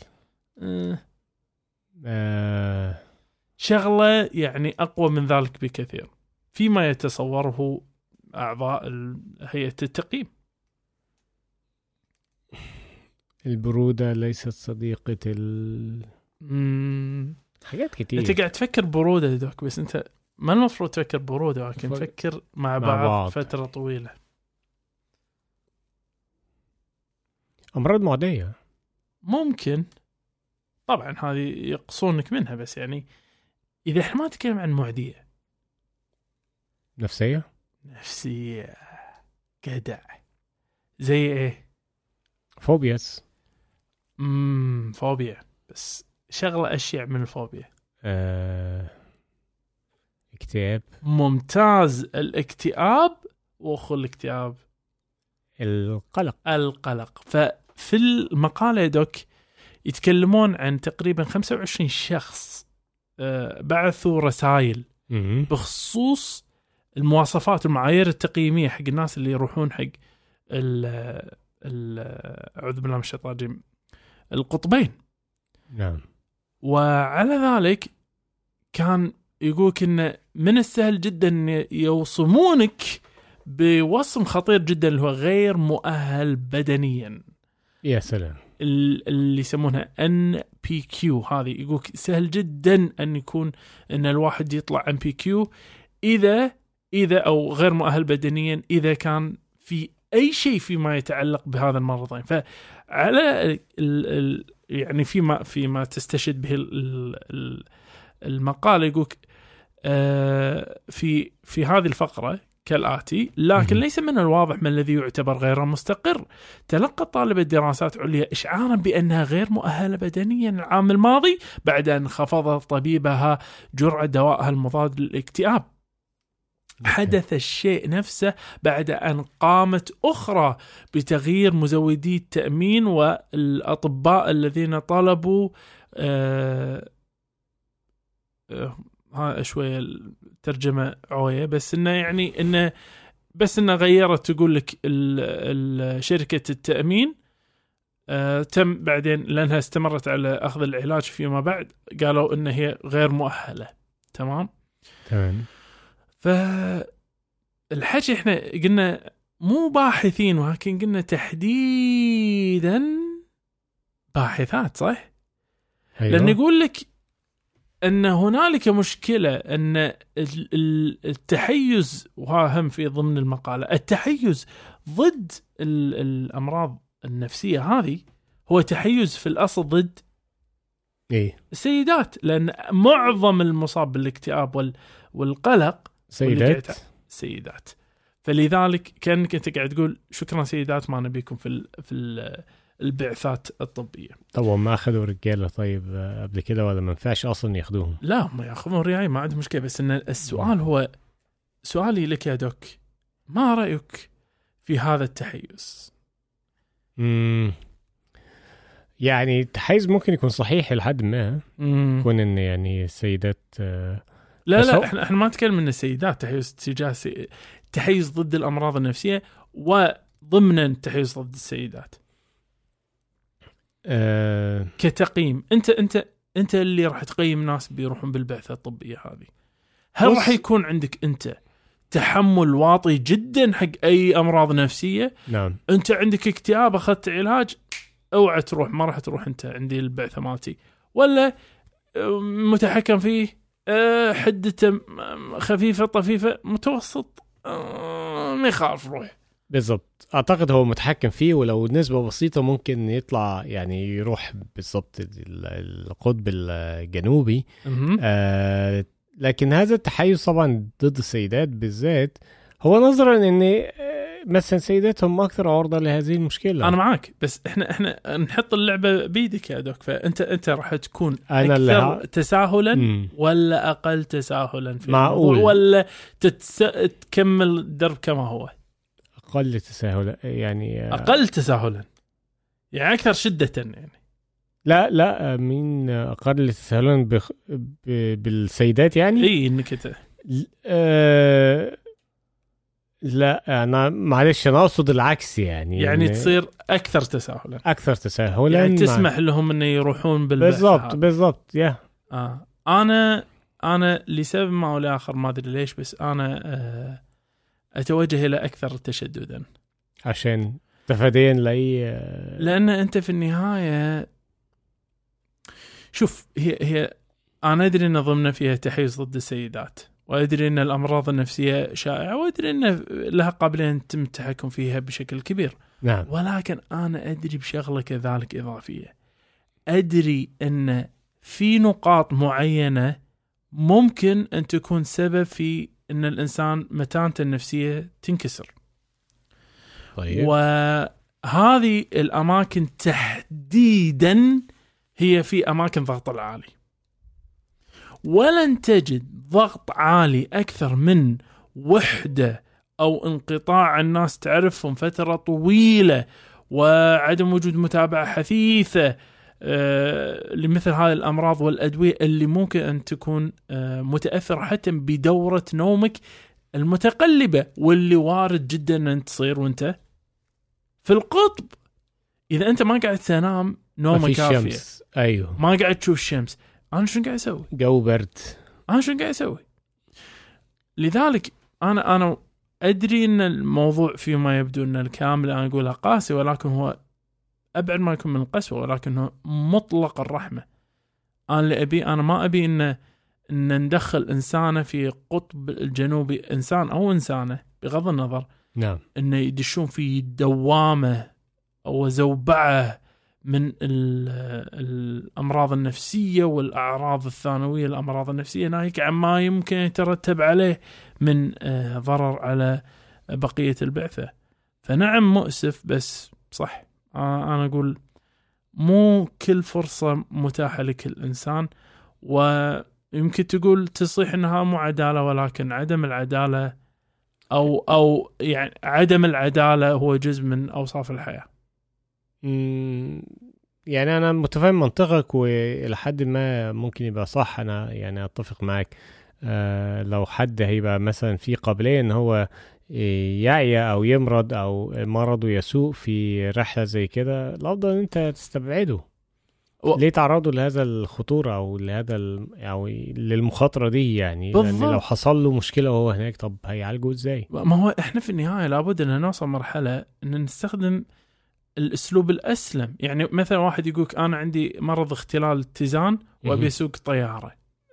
شغلة يعني أقوى من ذلك بكثير فيما يتصوره أعضاء هيئة التقييم. البرودة ليست صديقة حاجات كتير. أنت قاعد تفكر برودة دوك، بس أنت ما المفروض تفكر برودة، لكن تفكر مع بعض فترة طويلة. أمراض معدية ممكن طبعا هذه يقصونك منها، بس يعني إذا احنا ما نتكلم عن معدية، نفسية جدع زي ايه؟ فوبياس. فوبيا، بس شغلة أشياء من الفوبيا. اكتئاب. ممتاز، الاكتئاب وأخو الاكتئاب القلق. ففي المقالة دوك يتكلمون عن تقريبا 25 شخص بعثوا رسائل بخصوص المواصفات والمعايير التقييمية حق الناس اللي يروحون حق أعوذ بالله من الشيطان الرجيم القطبين. نعم. وعلى ذلك كان يقولك إن من السهل جدا يوصمونك بوصم خطير جدا اللي هو غير مؤهل بدنيا. يا سلام. اللي يسمونها NPQ هذه، يقولك سهل جدا أن يكون أن الواحد يطلع NPQ إذا أو غير مؤهل بدنيا إذا كان في أي شيء فيما يتعلق بهذا المرضين. فعلى يعني فيما تستشهد به المقالة يقولك في هذه الفقرة كالآتي: لكن ليس من الواضح ما الذي يعتبر غير مستقر. تلقى طالبة دراسات عليا إشعارا بأنها غير مؤهلة بدنيا العام الماضي بعد أن خفض طبيبها جرعة دوائها المضاد للاكتئاب. حدث الشيء نفسه بعد أن قامت أخرى بتغيير مزودي التأمين، والأطباء الذين طلبوا ها شوية الترجمة عوية، بس إنه يعني إنه غيرت تقول لك شركة التأمين تم بعدين لأنها استمرت على أخذ العلاج فيما بعد قالوا إن هي غير مؤهلة. تمام. فالحكي إحنا قلنا مو باحثين، ولكن قلنا تحديدا باحثات، صح؟ أيوة. لأن يقول لك أن هنالك مشكلة أن التحيز، وهم في ضمن المقالة، التحيز ضد الأمراض النفسية هذه هو تحيز في الأصل ضد السيدات، لأن معظم المصاب بالاكتئاب والقلق سيدات. فلذلك كأنك أنت قاعد تقول شكرا سيدات ما نبيكم في البعثات الطبية. طبعا ما أخذوا رجالة طيب قبل كده ولا ما ينفعش أصلا يأخذوهم؟ لا ما يأخذون رعاية، ما عندهم مشكلة. بس إن السؤال هو سؤالي لك يا دوك، ما رأيك في هذا التحيز؟ يعني التحيز ممكن يكون صحيح لحد ما يكون إن يعني السيدات لا احنا ما نتكلم ان السيدات تحيز تجاه تحيز ضد الأمراض النفسية، وضمن تحيز ضد السيدات كتقييم. انت اللي راح تقيم ناس بيروحون بالبعثة الطبية هذه، هل راح يكون عندك انت تحمل واطي جدا حق اي امراض نفسية؟ نعم. انت عندك اكتئاب اخذت علاج، اوعى تروح، ما راح تروح انت عندي البعثة مالتي، ولا متحكم فيه حدته خفيفة طفيفة متوسط ما يخاف روح. بالضبط، اعتقد هو متحكم فيه، ولو نسبة بسيطة ممكن يطلع يعني يروح بالضبط القطب الجنوبي. لكن هذا التحيز طبعا ضد السيدات بالذات هو نظرا ان مثلا سيداتهم اكثر عرضة لهذه المشكلة. انا معاك، بس احنا نحط اللعبة بيدك يا دوك، فانت راح تكون اكثر تساهلا ولا اقل تساهلا في معقول، ولا تكمل الدرب كما هو؟ اقل تساهلا يعني اقل تساهلا يعني اكثر شدة يعني. لا مين اقل تساهلا بالسيدات يعني؟ اي انك انت لا انا معلش انا اقصد العكس يعني تصير اكثر تساهلا يعني تسمح لهم انه يروحون بالبحث. بالضبط يا انا لسبب ما او لاخر ما ادري ليش، بس انا اتوجه الى اكثر تشددا عشان تفاديا لان انت في النهايه شوف هي انا ادري ان ضمن فيها تحيز ضد السيدات، وأدري أن الأمراض النفسية شائعة، وأدري أن لها قابلية أن تم التحكم فيها بشكل كبير. نعم. ولكن أنا أدري بشغلة كذلك إضافية، أدري أن في نقاط معينة ممكن أن تكون سبب في أن الإنسان متانته النفسية تنكسر. طيب. وهذه الأماكن تحديدا هي في أماكن ضغط العالي، ولن تجد ضغط عالي أكثر من وحدة أو انقطاع الناس تعرفهم فترة طويلة، وعدم وجود متابعة حثيثة لمثل هذه الأمراض والأدوية اللي ممكن أن تكون متأثرة حتى بدورة نومك المتقلبة، واللي وارد جدا أن تصير وانت في القطب. إذا أنت ما قاعد تنام نومك كافية، أيوه، ما قاعد تشوف الشمس، أنا شو قاعد أسوي؟ جو برد، أنا شو قاعد أسوي؟ لذلك أنا أدري أن الموضوع فيما يبدو أن الكامل أنا أقولها قاسي، ولكن هو أبعد ما يكون من القسوة، ولكن هو مطلق الرحمة. أنا اللي أبي، أنا ما أبي إن ندخل إنسانة في قطب الجنوبي، إنسان أو إنسانة بغض النظر، نعم، إنه يدشون في دوامة أو زوبعة من الأمراض النفسية والأعراض الثانوية الأمراض النفسية، ناهيك عما يمكن يترتب عليه من ضرر على بقية البعثة. فنعم مؤسف، بس صح أنا أقول مو كل فرصة متاحة لكل إنسان، ويمكن تقول تصيح إنها مو عدالة، ولكن عدم العدالة أو يعني عدم العدالة هو جزء من أوصاف الحياة. يعني انا متفهم منطقك والى حد ما ممكن يبقى صح. انا يعني اتفق معاك. لو حد هيبقى مثلا في قابلية ان هو يعيا او يمرض او مرضه يسوء في رحلة زي كده، الافضل ان انت تستبعده. ليه تعرضوا لهذا الخطورة او لهذا او للمخاطرة دي يعني؟ لان لو حصل له مشكلة وهو هناك، طب هيعالجه ازاي؟ ما هو احنا في النهاية لابد ان نوصل مرحلة ان نستخدم الاسلوب الاسلم. يعني مثلا واحد يقولك انا عندي مرض اختلال اتزان وابي اسوق طيارة،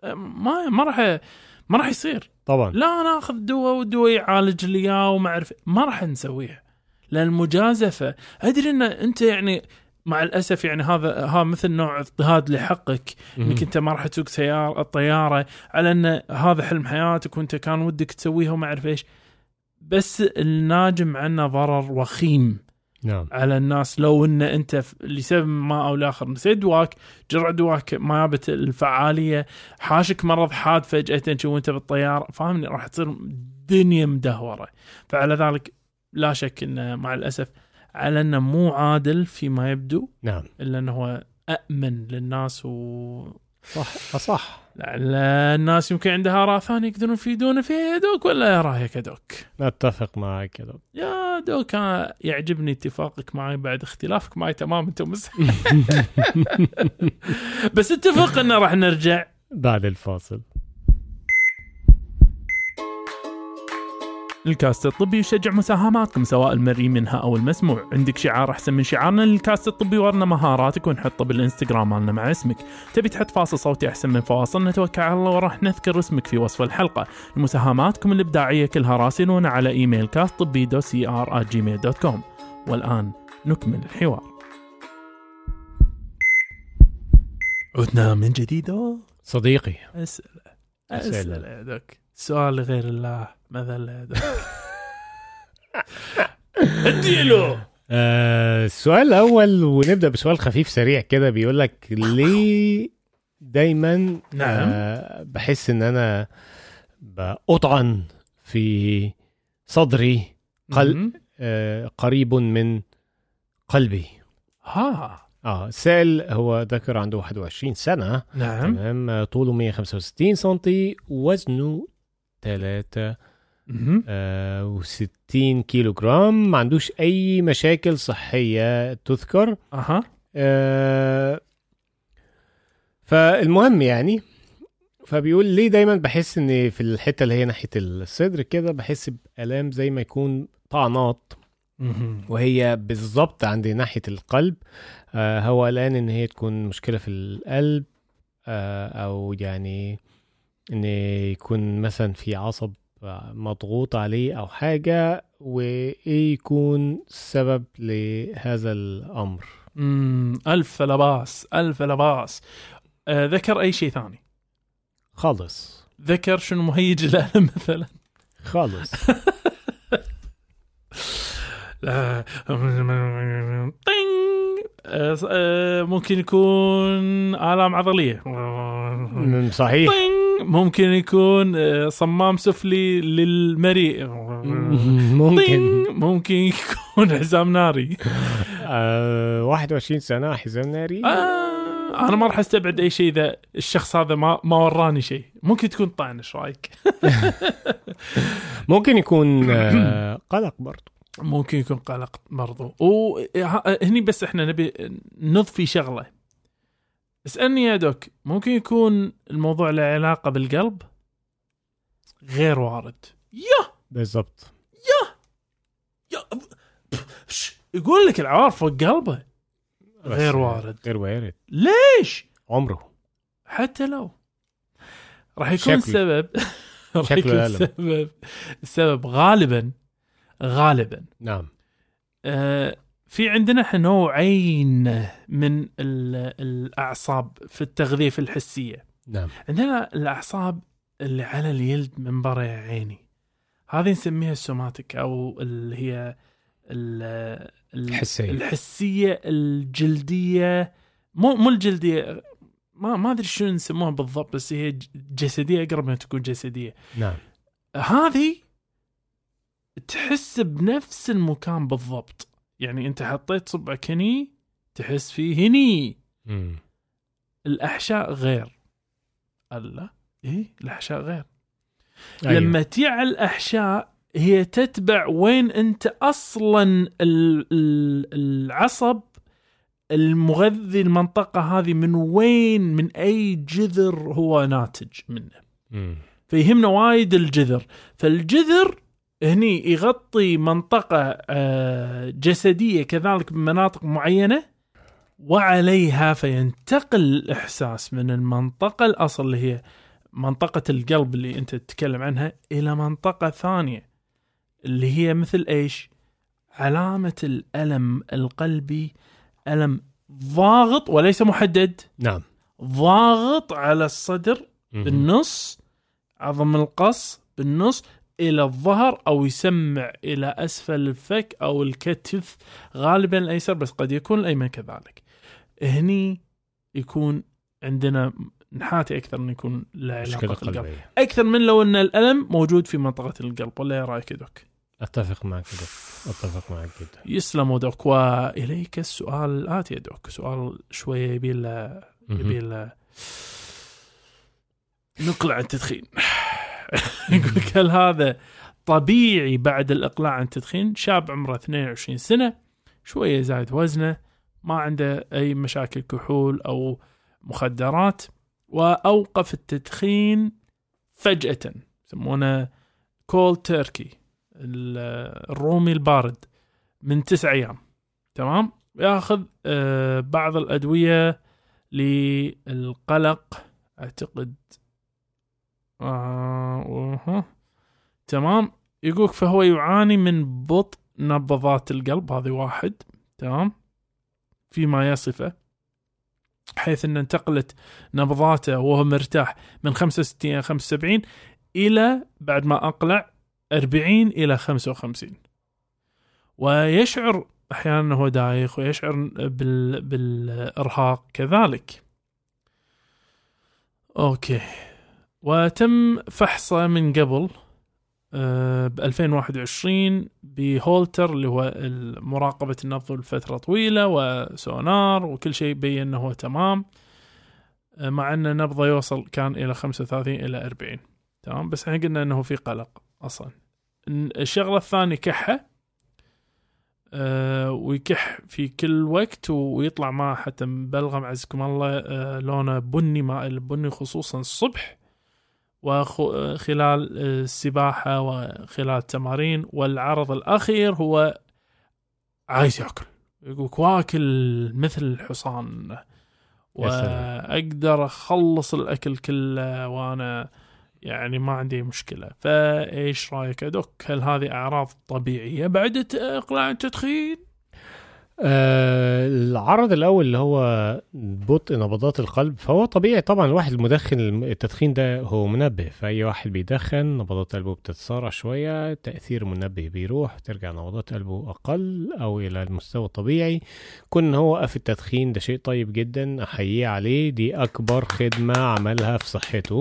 ما راح يصير طبعا. لا انا اخذ دواء ودواء يعالج لي وما اعرف، ما راح نسويها. لان المجازفة ادري ان انت يعني مع الاسف يعني هذا مثل نوع اضطهاد لحقك انك انت ما راح تسوق الطيارة على ان هذا حلم حياتك وانت كان ودك تسويها وما اعرف ايش. بس الناجم عنه ضرر وخيم نعم. على الناس. لو ان انت لسبب ما او لاخر نسيت دواك، جرع دواك ما جابت الفعاليه، حاشك مرض حاد فجاه وانت بالطياره، فاهمني، راح تصير دنيا مدهوره. فعلى ذلك لا شك ان مع الاسف على انه مو عادل فيما يبدو. نعم. الا انه هو امن للناس صح. لعل الناس يمكن عندها آراء ثانية يقدرون يفيدون فيها. دوك ولا يا رايك يا دوك؟ اتفق معك يا دوك. يا دوك يعجبني اتفاقك معي بعد اختلافك معي تمام انت بس اتفق ان راح نرجع بعد الفاصل. الكاست الطبي يشجع مساهماتكم سواء المرئي منها أو المسموع. عندك شعار أحسن من شعارنا للكاست الطبي؟ ورنا مهاراتك ونحطه بالإنستغرام مالنا مع اسمك. تبي تحط فاصل صوتي أحسن من فواصل؟ نتوكل على الله وراح نذكر اسمك في وصف الحلقة. مساهماتكم الإبداعية كلها راسلونا على إيميل castطبي.cr@gmail.com. والآن نكمل الحوار. عدنا من جديد صديقي. أسأل يا دوك سؤال غير الله مثلا. اديله السؤال الأول، ونبدأ بسؤال خفيف سريع كده. بيقولك ليه دايما بحس ان انا بأطعن في صدري قريب من قلبي. السائل هو ذكر عنده 21 سنة. نعم. تمام. طوله 165 سنتي، وزنه 63 كيلو جرام. ما عندوش أي مشاكل صحية تذكر. فالمهم يعني، فبيقول ليه دايما بحس ان في الحتة اللي هي ناحية الصدر كده بحس بألام زي ما يكون طعنات، وهي بالضبط عند ناحية القلب. هو الآن ان هي تكون مشكلة في القلب، او يعني ان يكون مثلا في عصب مضغوط عليه او حاجة، وايه يكون سبب لهذا الامر. ألف لباس. ذكر اي شيء ثاني خالص؟ ذكر شنو مهيج الألم مثلا؟ خالص. ممكن يكون آلام عضلية. صحيح. ممكن يكون صمام سفلي للمريء. ممكن يكون حزام ناري. 21 سنة حزام ناري. أنا ما راح أستبعد أي شيء إذا الشخص هذا ما وراني شيء. ممكن تكون طعن، إيش رأيك؟ ممكن يكون قلق برضو. ممكن يكون قلق برضو. وهني بس إحنا نبي نضفي شغلة. اسألني يا دوك، ممكن يكون الموضوع له علاقة بالقلب؟ غير وارد. بالضبط. يقول لك العوار فوق قلبه. غير وارد. ليش؟ عمره حتى لو راح يكون سبب. راح يكون السبب غالبا. نعم. في عندنا نوعين من الأعصاب في التغذية الحسية. نعم. عندنا الأعصاب اللي على الجلد من برا عيني، هذه نسميها السوماتيك، أو اللي هي الحسية الجلدية. مو الجلدية، ما أدري شو نسموها بالضبط، بس هي جسدية، أقرب ما تكون جسدية. نعم. هذه تحس بنفس المكان بالضبط. يعني أنت حطيت صبعك هني تحس فيه هني. مم. الأحشاء غير. الله إيه الأحشاء غير. أيوة. لما تيع الأحشاء هي تتبع وين أنت أصلا العصب المغذي المنطقة هذه من وين، من أي جذر هو ناتج منه. فيهمنا وايد الجذر. فالجذر هني يغطي منطقة جسدية كذلك بمناطق معينة، وعليها فينتقل الإحساس من المنطقة الأصل اللي هي منطقة القلب اللي أنت تتكلم عنها إلى منطقة ثانية اللي هي مثل إيش؟ علامة الألم القلبي، ألم ضاغط وليس محدد. نعم. ضاغط على الصدر بالنص، عظم القص بالنص إلى الظهر، أو يسمع إلى أسفل الفك أو الكتف، غالبا الأيسر بس قد يكون الأيمن كذلك. هني يكون عندنا نحاتي أكثر من يكون لا علاقة القلب، أكثر من لو أن الألم موجود في منطقة القلب. ولا يا رأيك دوك؟ أتفق معك دوك، أتفق معك جدا. يسلم دوك. وإليك السؤال الآتي يا دوك، سؤال شوية يبيل نقلع عن التدخين. يقول هل هذا طبيعي بعد الإقلاع عن التدخين؟ شاب عمره 22 سنة، شوية زايد وزنه، ما عنده أي مشاكل كحول أو مخدرات، وأوقف التدخين فجأة، يسمونه كول تيركي، الرومي البارد، من 9 أيام. تمام. يأخذ بعض الأدوية للقلق أعتقد. تمام. يقولك فهو يعاني من بطء نبضات القلب، هذه واحد. تمام. فيما يصفه حيث أن انتقلت نبضاته وهو مرتاح من 65 إلى 75 إلى بعد ما أقلع 40 إلى 55. ويشعر أحيانا هو دايخ، ويشعر بالإرهاق كذلك. أوكي. وتم فحصه من قبل ب 2021 بهولتر اللي هو مراقبة النبض لفترة طويلة، وسونار، وكل شيء بين أنه هو تمام، مع أن نبضه يوصل كان إلى 35 إلى 40. تمام. بس احنا قلنا أنه في قلق أصلا. الشغلة الثانية كحة، ويكح في كل وقت، ويطلع معه حتى بلغم عزكم الله لونه بني، ماء البني خصوصا الصبح وخلال السباحة وخلال التمارين. والعرض الأخير هو عايز يأكل، يقول واكل مثل الحصان، وأقدر أخلص الأكل كله وأنا يعني ما عندي مشكلة. فإيش رأيك يا دوك؟ هل هذه أعراض طبيعية بعد إقلاع التدخين؟ العرض الأول اللي هو بطء نبضات القلب، فهو طبيعي طبعا. الواحد المدخن التدخين ده هو منبه، فأي واحد بيدخن نبضات قلبه بتتسارع شوية، تأثير المنبه بيروح، ترجع نبضات قلبه أقل أو إلى المستوى الطبيعي. كون هو وقف التدخين ده شيء طيب جدا، أحييه عليه، دي أكبر خدمة عملها في صحته.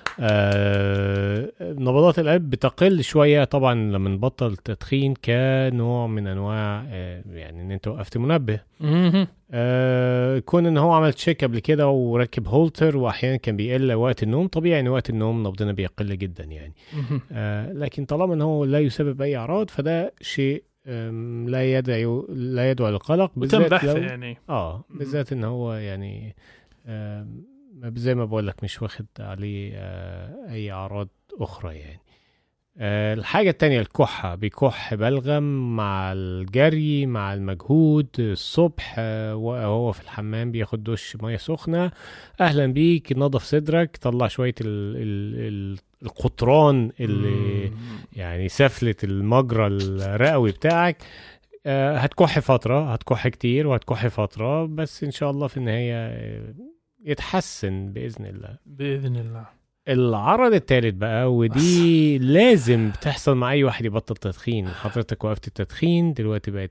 نبضات القلب بتقل شوية طبعا لما نبطل التدخين، كنوع من انواع يعني ان انت وقفت منبه. كون ان هو عمل تشيك قبل كده وركب هولتر، واحيانا كان بيقل وقت النوم، طبيعي ان وقت النوم نبضنا بيقل جدا يعني. لكن طالما ان هو لا يسبب اي اعراض، فده شيء لا يدعو للقلق، بالذات لو يعني بالذات ان هو يعني زي ما بقول لك مش واخد عليه اي اعراض اخرى يعني. الحاجة التانية الكحة، بيكح بلغم مع الجري، مع المجهود الصبح، وهو في الحمام بياخد دش مية سخنة. اهلا بيك، نظف صدرك، طلع شوية القطران اللي يعني سفلة المجرى الرئوي بتاعك. هتكح فترة، هتكح كتير وهتكح فترة، بس ان شاء الله في النهاية يتحسن بإذن الله. بإذن الله. العرض الثالث بقى، ودي لازم بتحصل مع أي واحد يبطل تدخين. حضرتك وقفت التدخين، دلوقتي بقت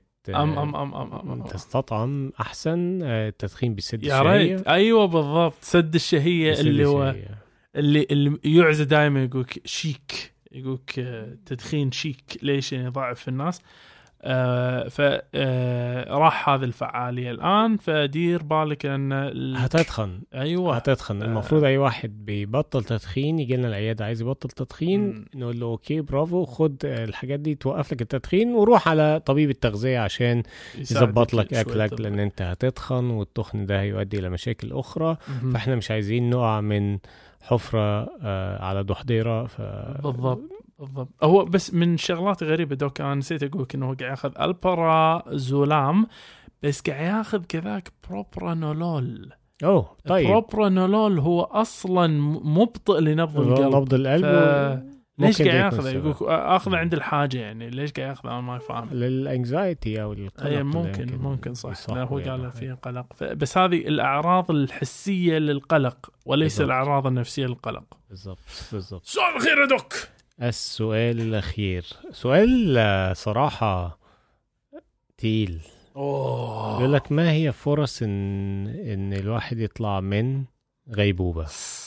تستطعم أحسن. التدخين بيسد الشهية. أيوة بالضبط، سد الشهية اللي هو اللي يعزى دائما، يقولك شيك، يقولك تدخين شيك. ليش؟ يعني ضعف الناس. فراح هذه الفعالية الآن، فدير بالك أن هتتخن. أيوة هتتخن. المفروض أي واحد بيبطل تدخين يجي لنا العيادة عايز يبطل تدخين، نقول له أوكي برافو، خد الحاجات دي توقف لك التدخين وروح على طبيب التغذية عشان يزبط لك أكلك، لأن أنت هتتخن والتخن ده هيؤدي إلى مشاكل أخرى. فإحنا مش عايزين نقع من حفرة على ضحضيرة. بالضبط. هو بس من شغلات غريبة دوك، أنا نسيت أقولك إنه قاعد ياخذ البرازولام، بس قاعد ياخذ كذاك بروبرانولول. طيب بروبرانولول هو أصلا مبطئ لنبض القلب. نبض القلب ليش قاعد ياخذه؟ يقولك أخذه عند الحاجة، يعني ليش قاعد ياخذه؟ أنا ما فاهم. للانكزايتي أو القلق. ممكن صح. لا هو قال فيه قلق، بس هذه الأعراض الحسية للقلق وليس بالزبط. الأعراض النفسية للقلق. بالضبط. سؤال أخير يا دوك. السؤال الأخير سؤال صراحة تقيل. يقول لك ما هي فرص إن الواحد يطلع من غيبوبة؟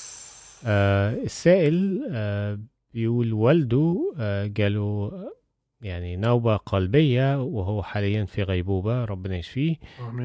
السائل بيقول والده جاله يعني نوبة قلبية وهو حاليا في غيبوبة، ربنا يشفيه.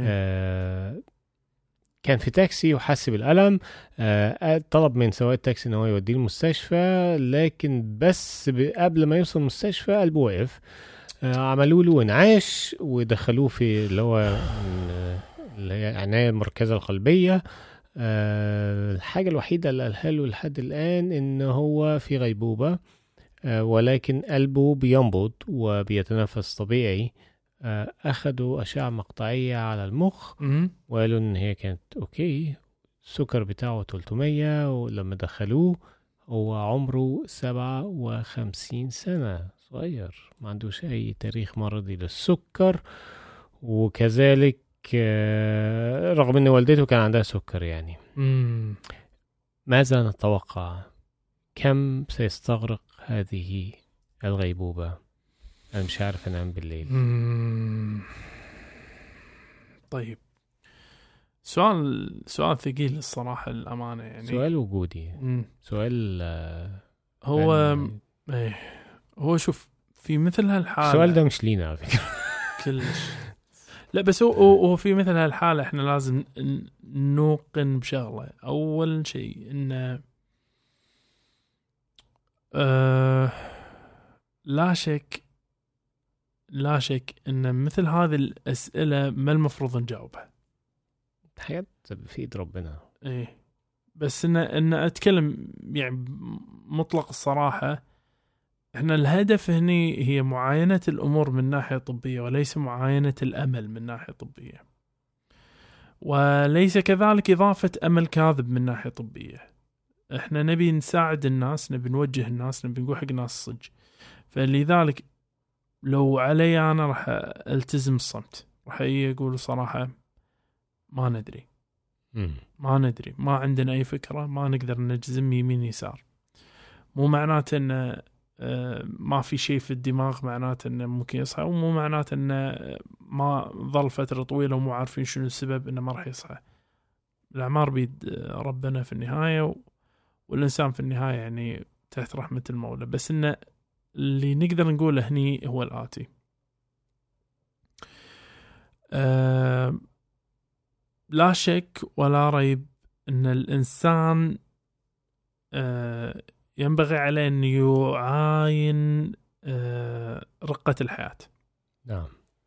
كان في تاكسي وحس بالألم، طلب من سواق التاكسي ان هو يوديه المستشفى، لكن بس قبل ما يوصل المستشفى قلبه وقف. عملوا له انعاش ودخلوه في اللي هي عناية المركزة القلبية. الحاجة الوحيدة اللي قالها له لحد الآن ان هو في غيبوبة، ولكن قلبه بينبض وبيتنفس طبيعي. أخدوا أشعة مقطعية على المخ وقالوا إن هي كانت أوكي. السكر بتاعه 300، ولما دخلوه هو عمره 57 سنة، صغير، ما عندوش أي تاريخ مرضي للسكر. وكذلك رغم إن والدته كان عندها سكر يعني. ماذا نتوقع؟ كم سيستغرق هذه الغيبوبة؟ أنا مش عارف أنام بالليل. طيب سؤال ثقيل الصراحة الأمانة، يعني سؤال وجودي. سؤال هو شوف في مثل هالحالة، السؤال ده مش لينا على فكرة كلش. لا بس هو في مثل هالحالة احنا لازم نوقن بشغلة. أول شيء إن لا شك إن مثل هذه الأسئلة ما المفروض نجاوبها. حياة في إيد ربنا. إيه بس إن أتكلم يعني مطلق الصراحة، إحنا الهدف هني هي معاينة الأمور من ناحية طبية وليس معاينة الأمل من ناحية طبية، وليس كذلك إضافة أمل كاذب من ناحية طبية. إحنا نبي نساعد الناس، نبي نوجه الناس، نبي نقول حق الناس الصج. فلذلك لو علي أنا راح ألتزم الصمت، راح يقولوا صراحة ما ندري. ما عندنا أي فكرة، ما نقدر نجزم يمين يسار. مو معناته أن ما في شيء في الدماغ معناته أنه ممكن يصحى، ومو معناته أنه ما ظل فترة طويلة ومو عارفين شنو السبب أنه ما راح يصحى. الأعمار بيد ربنا في النهاية، والإنسان في النهاية يعني تحت رحمة المولى. بس إنه اللي نقدر نقوله هني هو الآتي: لا شك ولا ريب أن الإنسان ينبغي عليه أن يعاين رقة الحياة. نعم.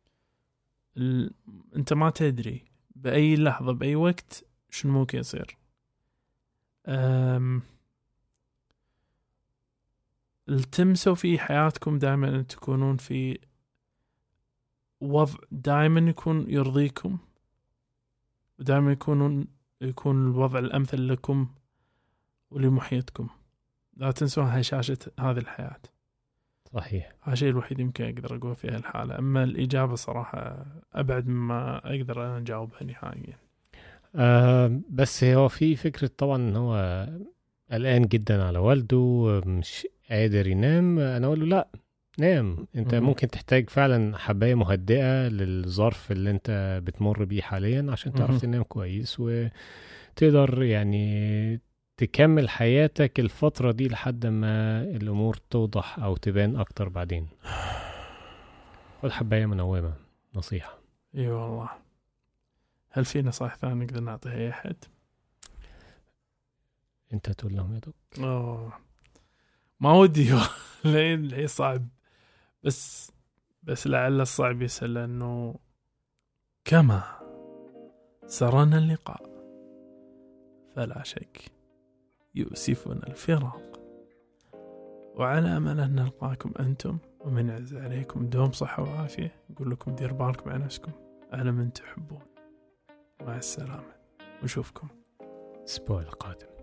أنت ما تدري بأي لحظة بأي وقت شنو ممكن يصير. التمسوا في حياتكم دائما أن تكونون في وضع دائما يكون يرضيكم، ودائما يكون الوضع الأمثل لكم ولمحيطكم. لا تنسوا هشاشة هذه الحياة. صحيح. هذا الشيء الوحيد يمكن أقدر أقول في هالحالة. أما الإجابة صراحة أبعد مما أقدر أنا أجاوبها نهائيا. بس هو في فكرة طبعا إن هو قلقان جدا على والده، مش قادر ينام. أنا أقول له لا، نام. أنت ممكن تحتاج فعلا حباية مهدئة للظرف اللي أنت بتمر بيه حاليا عشان تعرف تنام كويس وتقدر يعني تكمل حياتك الفترة دي لحد ما الأمور توضح أو تبان أكتر بعدين. والحباية منومة نصيحة. اي والله. هل في نصائح ثانية نقدر نعطيها أي أحد؟ انت تقول لهم يا دوك. ما ودي لأن صعب، بس لعل الصعب يسأل أنه كما سرنا اللقاء فلا شك يؤسفنا الفراق، وعلى أمل أن نلقاكم أنتم ومن عز عليكم دوم صحة وعافية. نقول لكم دير بالكم على نفسكم على من تحبون. مع السلامة ونشوفكم الأسبوع القادم.